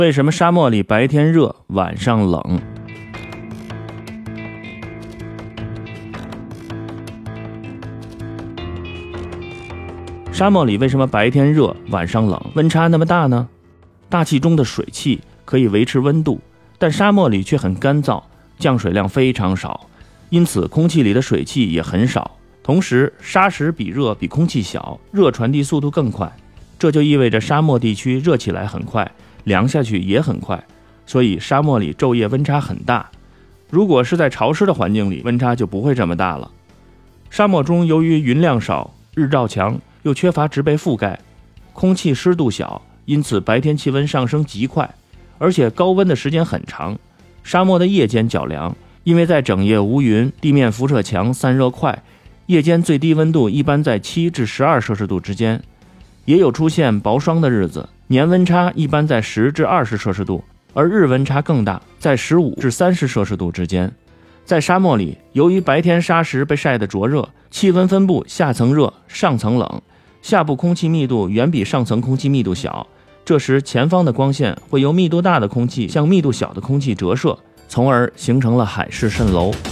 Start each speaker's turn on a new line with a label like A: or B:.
A: 为什么沙漠里白天热，晚上冷？沙漠里为什么白天热，晚上冷？温差那么大呢？大气中的水汽可以维持温度，但沙漠里却很干燥，降水量非常少，因此空气里的水汽也很少。同时，沙石比热比空气小，热传递速度更快，这就意味着沙漠地区热起来很快，凉下去也很快，所以沙漠里昼夜温差很大。如果是在潮湿的环境里，温差就不会这么大了。沙漠中由于云量少，日照强，又缺乏植被覆盖，空气湿度小，因此白天气温上升极快，而且高温的时间很长。沙漠的夜间较凉，因为在整夜无云，地面辐射强，散热快，夜间最低温度一般在7至12摄氏度之间，也有出现薄霜的日子，年温差一般在10至20摄氏度，而日温差更大，在15至30摄氏度之间。在沙漠里，由于白天沙石被晒得灼热，气温分布下层热，上层冷，下部空气密度远比上层空气密度小，这时前方的光线会由密度大的空气向密度小的空气折射，从而形成了海市蜃楼。